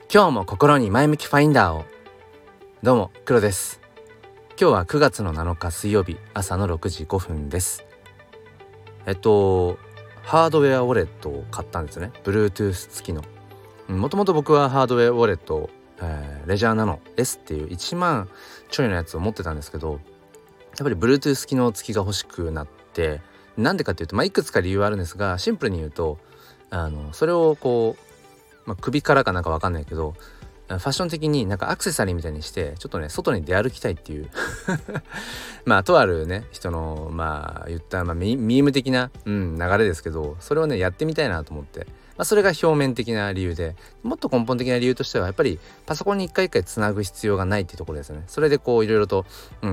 今日も心に前向きファインダーを。どうも黒です。今日は9月の7日水曜日朝の6時5分です。ハードウェアウォレットを買ったんですよね。 Bluetooth 付きの。もともと僕はハードウェアウォレット、レジャーナノ S っていう1万ちょいのやつを持ってたんですけど、やっぱり Bluetooth 付きの付きが欲しくなって、なんでかっていうと、いくつか理由はあるんですが、シンプルに言うとそれを首からかなんかわかんないけど、ファッション的になんかアクセサリーみたいにしてちょっとね外に出歩きたいっていうとあるね人の言った、ミーム的な、流れですけど、それをねやってみたいなと思って、それが表面的な理由で、もっと根本的な理由としてはやっぱりパソコンに一回一回つなぐ必要がないっていうところですよね。それでいろいろと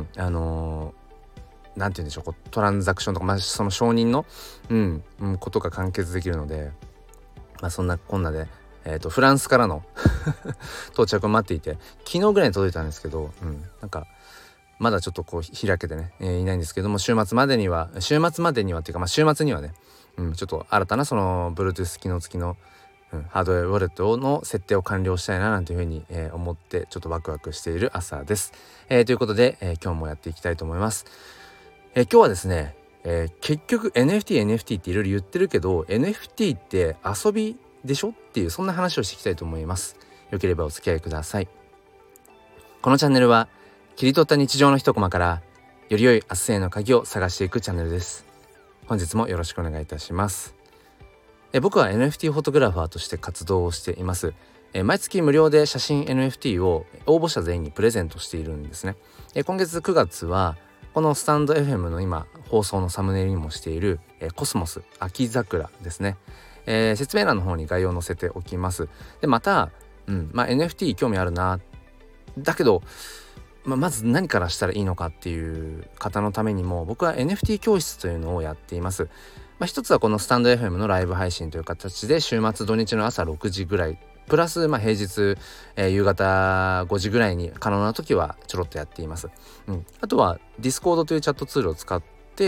なんて言うんでしょう、トランザクションとか、その承認のことが完結できるので、そんなこんなでフランスからの到着を待っていて、昨日ぐらいに届いたんですけど、なんかまだちょっと開けてね、いないんですけども、週末までにはっていうか、週末にはね、ちょっと新たなその Bluetooth 機能付きの、ハードウェアウォレットの設定を完了したいななんていうふうに、思ってちょっとワクワクしている朝です。ということで、今日もやっていきたいと思います。今日はですね、結局 NFT っていろいろ言ってるけど NFT って遊びでしょっていう、そんな話をしていきたいと思います。よければお付き合いください。このチャンネルは切り取った日常の一コマからより良い明日への鍵を探していくチャンネルです。本日もよろしくお願いいたします。僕は NFT フォトグラファーとして活動をしています。毎月無料で写真 NFT を応募者全員にプレゼントしているんですね。今月9月はこのスタンド FM の今放送のサムネイルにもしている、コスモス秋桜ですね。説明欄の方に概要を載せておきます。でまた、NFT 興味あるな、だけど、まず何からしたらいいのかっていう方のためにも、僕は NFT 教室というのをやっています。一つはこのスタンド FM のライブ配信という形で週末土日の朝6時ぐらいプラス平日、夕方5時ぐらいに可能な時はちょろっとやっています。あとは Discord というチャットツールを使って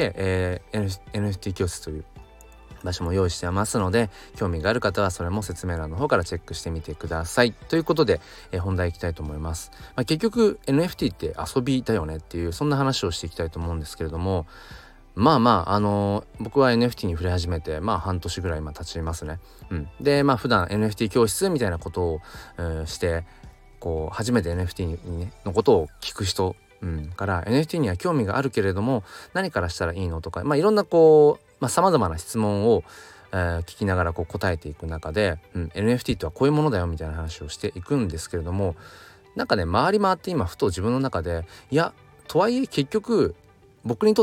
、NFT 教室という場所も用意してますので、興味がある方はそれも説明欄の方からチェックしてみてください。ということで、本題いきたいと思います。結局 NFT って遊びだよねっていう、そんな話をしていきたいと思うんですけれども、僕は NFT に触れ始めて半年ぐらい経ちますね。で普段 NFT 教室みたいなことを、して初めて NFT のことを聞く人、から NFT には興味があるけれども何からしたらいいのとか、いろんな様々な質問を、聞きながら答えていく中で、NFT とはこういうものだよみたいな話をしていくんですけれども、なんかね回り回って今ふと自分の中で、いやとはいえ結局僕にとって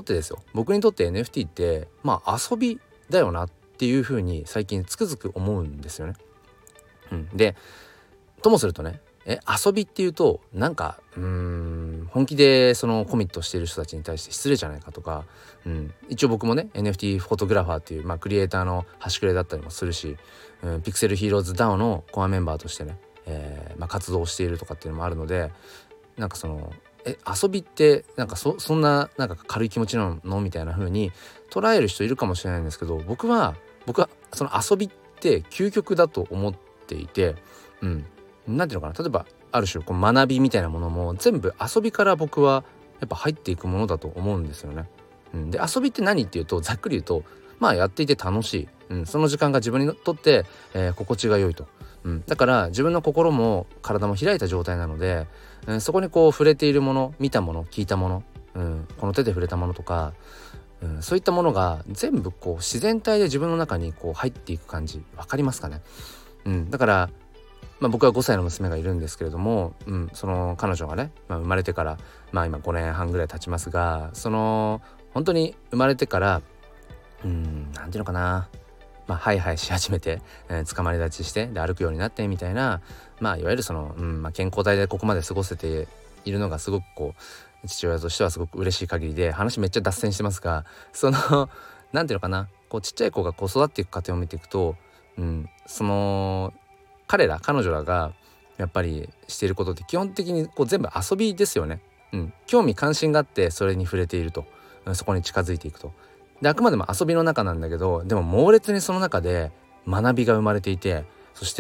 NFT って遊びだよなっていう風に最近つくづく思うんですよね。でともするとね、遊びっていうとなんか本気でそのコミットしている人たちに対して失礼じゃないかとか、一応僕もね NFT フォトグラファーっていう、クリエイターの端くれだったりもするし、ピクセルヒーローズ DAO のコアメンバーとしてね、活動しているとかっていうのもあるので、なんかその遊びってなんかそんななんか軽い気持ちなのみたいな風に捉える人いるかもしれないんですけど、僕はその遊びって究極だと思っていて、なんていうのかな、例えばある種学びみたいなものも全部遊びから僕はやっぱ入っていくものだと思うんですよね。で遊びって何っていうと、ざっくり言うとやっていて楽しい、その時間が自分にとって、心地が良いと、だから自分の心も体も開いた状態なので、そこに触れているもの、見たもの、聞いたもの、この手で触れたものとか、そういったものが全部自然体で自分の中に入っていく感じ、わかりますかね。だから僕は5歳の娘がいるんですけれども、その彼女がね、生まれてから今5年半ぐらい経ちますが、その本当に生まれてからなんていうのかな、ハイハイし始めて、捕まり立ちしてで歩くようになってみたいな、いわゆるその、健康体でここまで過ごせているのがすごく父親としてはすごく嬉しい限りで、話めっちゃ脱線してますが、そのなんていうのかな、ちっちゃい子が育っていく過程を見ていくと、その彼女らがやっぱりしていることって基本的に全部遊びですよね。興味関心があってそれに触れていると、そこに近づいていくと。であくまでも遊びの中なんだけど、でも猛烈にその中で学びが生まれていて、そして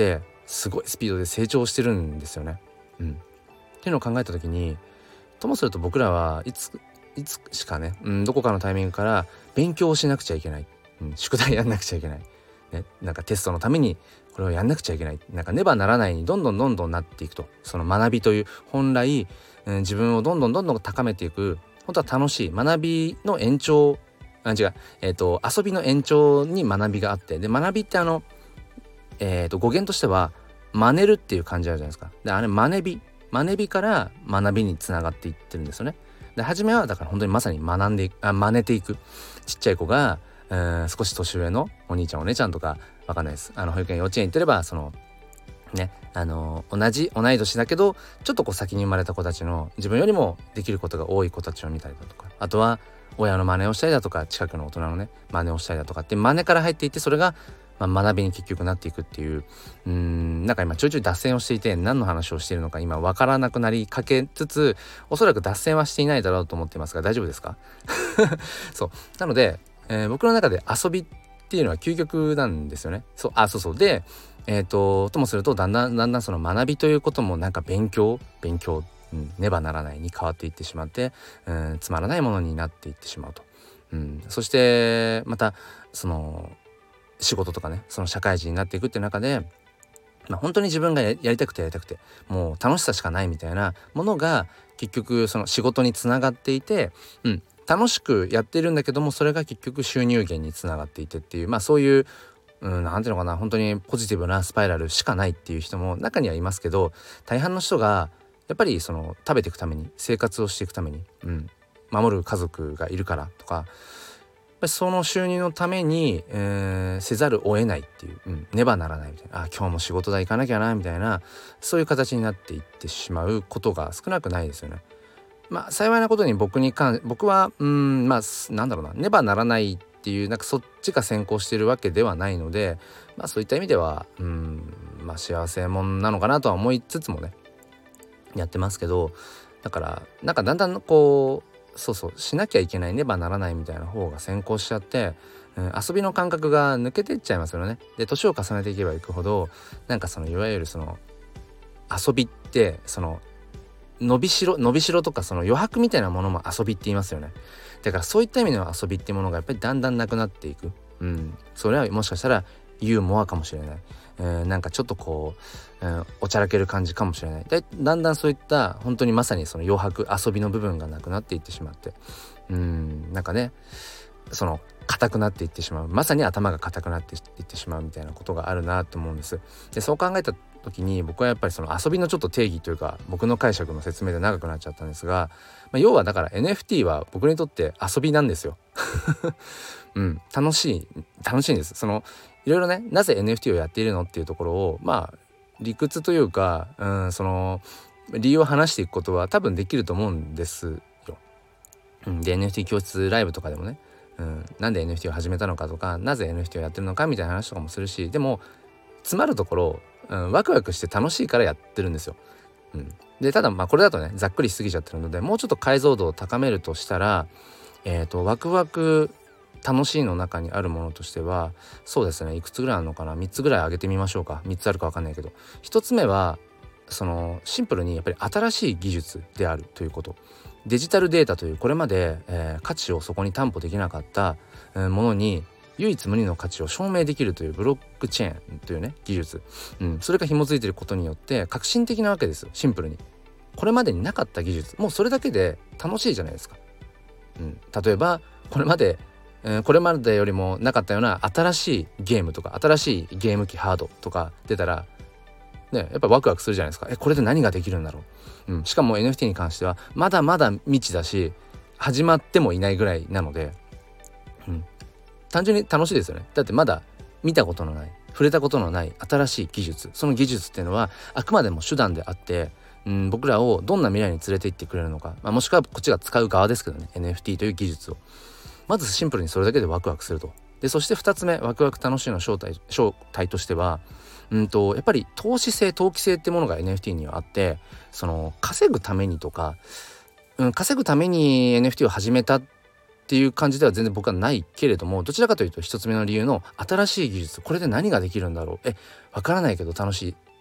すごいスピードで成長してるんですよね。っていうのを考えた時に、ともすると僕らはいつしかね、どこかのタイミングから勉強をしなくちゃいけない、宿題やんなくちゃいけない、ね、なんかテストのためにこれをやんなくちゃいけない、なんかねばならないにどんどんなっていくと、その学びという本来、自分をどんどん高めていく本当は楽しい学びの延長、遊びの延長に学びがあって、で学びって語源としては真似るっていう感じあるじゃないですか。であれ真似から学びにつながっていってるんですよね。で初めはだから本当にまさに真似ていく、ちっちゃい子が少し年上のお兄ちゃんお姉ちゃんとかわかんないです、保育園幼稚園行ってればそのね、同い年だけどちょっとこう先に生まれた子たちの自分よりもできることが多い子たちを見たりだとか、あとは親の真似をしたりだとか、近くの大人のね真似をしたりだとかって真似から入っていって、それが学びに結局なっていくっていう、なんか今ちょいちょい脱線をしていて何の話をしているのか今わからなくなりかけつつ、おそらく脱線はしていないだろうと思っていますが大丈夫ですか？そうなので、僕の中で遊びっていうのは究極なんですよね。そうでともするとだんだんその学びということもなんか勉強、ねばならないに変わっていってしまって、つまらないものになっていってしまうと、そしてまたその仕事とかね、その社会人になっていくっていう中で、本当に自分がやりたくてもう楽しさしかないみたいなものが結局その仕事につながっていて、楽しくやってるんだけどもそれが結局収入源につながっていてっていう、そういうなんていうのかな、本当にポジティブなスパイラルしかないっていう人も中にはいますけど、大半の人がやっぱりその食べていくために、生活をしていくために、守る家族がいるからとか、やっぱりその収入のために、せざるを得ないっていう、ねばならないみたいな、今日も仕事だ行かなきゃなみたいな、そういう形になっていってしまうことが少なくないですよね。幸いなことに僕はなんだろうな、ねばならないっていうなんかそっちが先行しているわけではないので、そういった意味では幸せもんなのかなとは思いつつもねやってますけど、だからなんかだんだんこうしなきゃいけない、ねばならないみたいな方が先行しちゃって、遊びの感覚が抜けてっちゃいますよね。で年を重ねていけばいくほどなんかそのいわゆるその遊びってその伸びしろとかその余白みたいなものも遊びって言いますよね。だからそういった意味での遊びっていうものがやっぱりだんだんなくなっていく、それはもしかしたらユーモアかもしれない、なんかちょっとこう、おちゃらける感じかもしれない。だんだんそういった本当にまさにその余白、遊びの部分がなくなっていってしまって、なんかねその硬くなっていってしまう、まさに頭が硬くなっていってしまうみたいなことがあるなと思うんです。でそう考えた時に僕はやっぱりその遊びのちょっと定義というか僕の解釈の説明で長くなっちゃったんですが、要はだから NFT は僕にとって遊びなんですよ。楽しいんです。そのいろいろね、なぜ NFT をやっているのっていうところを理屈というか、その理由を話していくことは多分できると思うんですよ。で NFT 教室ライブとかでもね、なんで NFT を始めたのかとか、なぜ NFT をやってるのかみたいな話とかもするし、でも詰まるところ、ワクワクして楽しいからやってるんですよ。でただこれだとねざっくりしすぎちゃってるので、もうちょっと解像度を高めるとしたら、ワクワク楽しいの中にあるものとしてはそうですね、いくつぐらいあるのかな、3つぐらい挙げてみましょうか。3つあるか分かんないけど、1つ目はそのシンプルにやっぱり新しい技術であるということ。デジタルデータというこれまで、価値をそこに担保できなかった、ものに唯一無二の価値を証明できるというブロックチェーンというね技術、それが紐づいていることによって革新的なわけです。シンプルにこれまでになかった技術、もうそれだけで楽しいじゃないですか。例えばこれまでよりもなかったような新しいゲームとか新しいゲーム機ハードとか出たらね、やっぱワクワクするじゃないですか。これで何ができるんだろう、しかも NFT に関してはまだまだ未知だし始まってもいないぐらいなので、単純に楽しいですよね。だってまだ見たことのない、触れたことのない新しい技術、その技術っていうのはあくまでも手段であって、僕らをどんな未来に連れて行ってくれるのか、もしくはこっちが使う側ですけどね、 NFT という技術をまずシンプルにそれだけでワクワクすると。でそして2つ目、ワクワク楽しいの正体としてはやっぱり投機性ってものが NFT にはあって、その稼ぐためにとか、稼ぐために NFT を始めたっていう感じでは全然僕はないけれども、どちらかというと1つ目の理由の新しい技術、これで何ができるんだろう、わからないけど楽しい、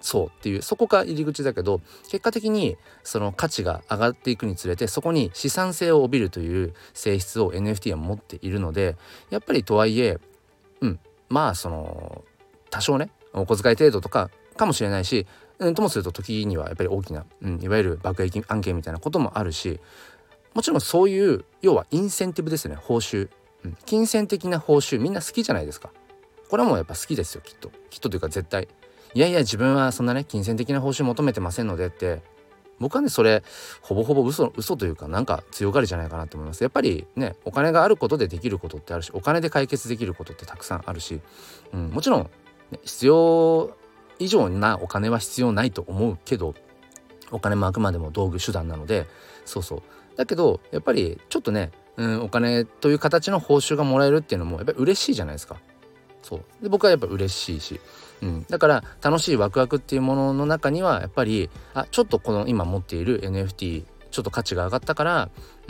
そうっていう、そこが入り口だけど、結果的にその価値が上がっていくにつれてそこに資産性を帯びるという性質を NFT は持っているので、やっぱりとはいえまあその多少ねお小遣い程度とかかもしれないし、ともすると時にはやっぱり大きな、いわゆる爆撃案件みたいなこともあるし、もちろんそういう要はインセンティブですね、報酬、金銭的な報酬みんな好きじゃないですか。これはもうやっぱ好きですよ、きっとというか絶対。いやいや自分はそんなね金銭的な報酬求めてませんのでって、僕はねそれほぼほぼ嘘というかなんか強がりじゃないかなと思います。やっぱりねお金があることでできることってあるし、お金で解決できることってたくさんあるし、もちろん、ね、必要以上なお金は必要ないと思うけど、お金もあくまでも道具手段なので、そうだけどやっぱりちょっとね、お金という形の報酬がもらえるっていうのもやっぱり嬉しいじゃないですか。そうで僕はやっぱ嬉しいし、だから楽しいワクワクっていうものの中にはやっぱりちょっとこの今持っている NFT ちょっと価値が上がったから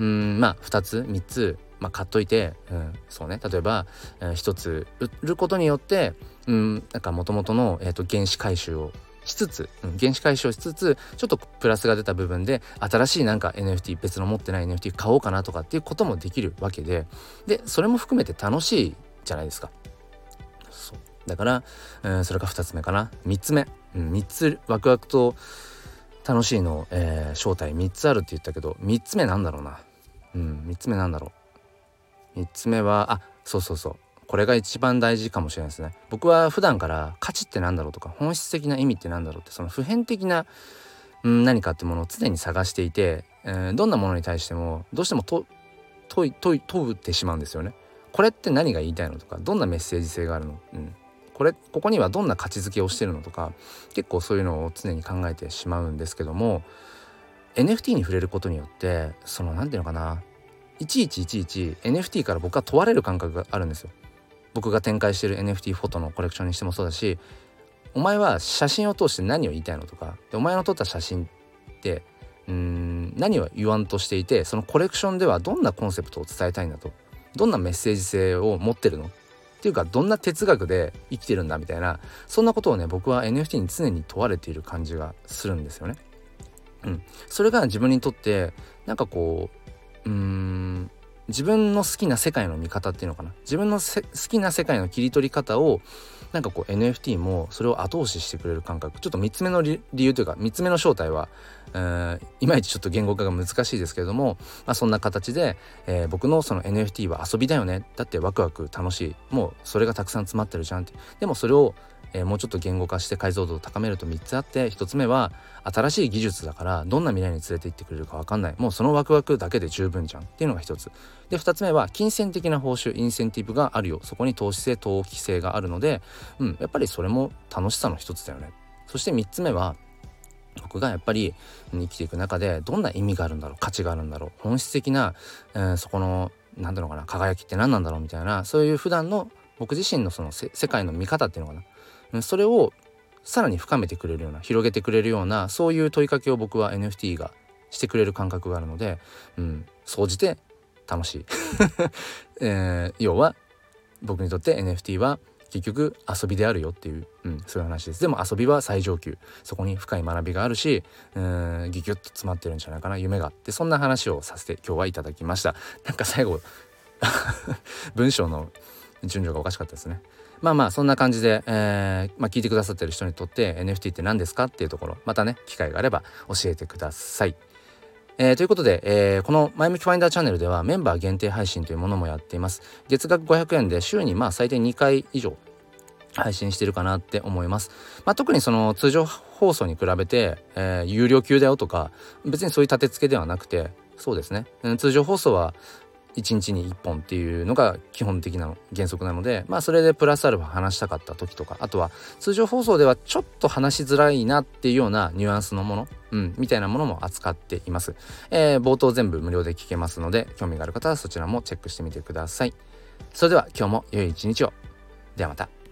2つ3つ買っといて、そうね、例えば、1つ売ることによってなんか元々の、原資回収をしつつ、原資回収をしつつちょっとプラスが出た部分で新しいなんか NFT 別の持ってない NFT 買おうかなとかっていうこともできるわけで、それも含めて楽しいじゃないですか。そうだから、それが2つ目かな。3つ目、3つワクワクと楽しいの、正体3つあるって言ったけど、3つ目なんだろうな。3つ目なんだろう。3つ目はそうこれが一番大事かもしれないですね。僕は普段から価値ってなんだろうとか本質的な意味ってなんだろうって、その普遍的な、何かってものを常に探していて、どんなものに対してもどうしても問うてしまうんですよね。これって何が言いたいのとか、どんなメッセージ性があるの、ここにはどんな価値づけをしてるのとか、結構そういうのを常に考えてしまうんですけども、 NFT に触れることによってそのなんていうのかな、いちいち NFT から僕は問われる感覚があるんですよ。僕が展開している NFT フォトのコレクションにしてもそうだし、お前は写真を通して何を言いたいのとか、お前の撮った写真って何を言わんとしていて、そのコレクションではどんなコンセプトを伝えたいんだと、どんなメッセージ性を持ってるのっていうか、どんな哲学で生きてるんだみたいな、そんなことをね僕は NFT に常に問われている感じがするんですよね。それが自分にとってなんかこう自分の好きな世界の見方っていうのかな、自分の好きな世界の切り取り方をなんかこう NFT もそれを後押ししてくれる感覚。ちょっと3つ目の理由というか3つ目の正体はいまいちちょっと言語化が難しいですけれども、そんな形で、僕のその NFT は遊びだよね、だってワクワク楽しい、もうそれがたくさん詰まってるじゃんって。でもそれをもうちょっと言語化して解像度を高めると3つあって、1つ目は新しい技術だからどんな未来に連れて行ってくれるか分かんない、もうそのワクワクだけで十分じゃんっていうのが1つで、2つ目は金銭的な報酬インセンティブがあるよ、そこに投資性投機性があるので、やっぱりそれも楽しさの1つだよね。そして3つ目は僕がやっぱり生きていく中でどんな意味があるんだろう、価値があるんだろう、本質的な、そこの何だろうかな、輝きって何なんだろうみたいな、そういう普段の僕自身のその世界の見方っていうのかな、それをさらに深めてくれるような、広げてくれるような、そういう問いかけを僕は NFT がしてくれる感覚があるので、総じて楽しい、要は僕にとって NFT は結局遊びであるよっていう、そういう話です。でも遊びは最上級、そこに深い学びがあるし、ギュギュッと詰まってるんじゃないかな、夢があって、そんな話をさせて今日はいただきました。なんか最後文章の順序がおかしかったですね。そんな感じで、聞いてくださってる人にとって NFT って何ですかっていうところ、またね機会があれば教えてください。ということで、この前向きファインダーチャンネルではメンバー限定配信というものもやっています。月額500円で週に最低2回以上配信してるかなって思います。特にその通常放送に比べて、有料級だよとか別にそういう立て付けではなくて、そうですね、通常放送は1日に1本っていうのが基本的な原則なので、それでプラスアルファ話したかった時とか、あとは通常放送ではちょっと話しづらいなっていうようなニュアンスのもの、みたいなものも扱っています。冒頭全部無料で聞けますので、興味がある方はそちらもチェックしてみてください。それでは今日も良い一日を。ではまた。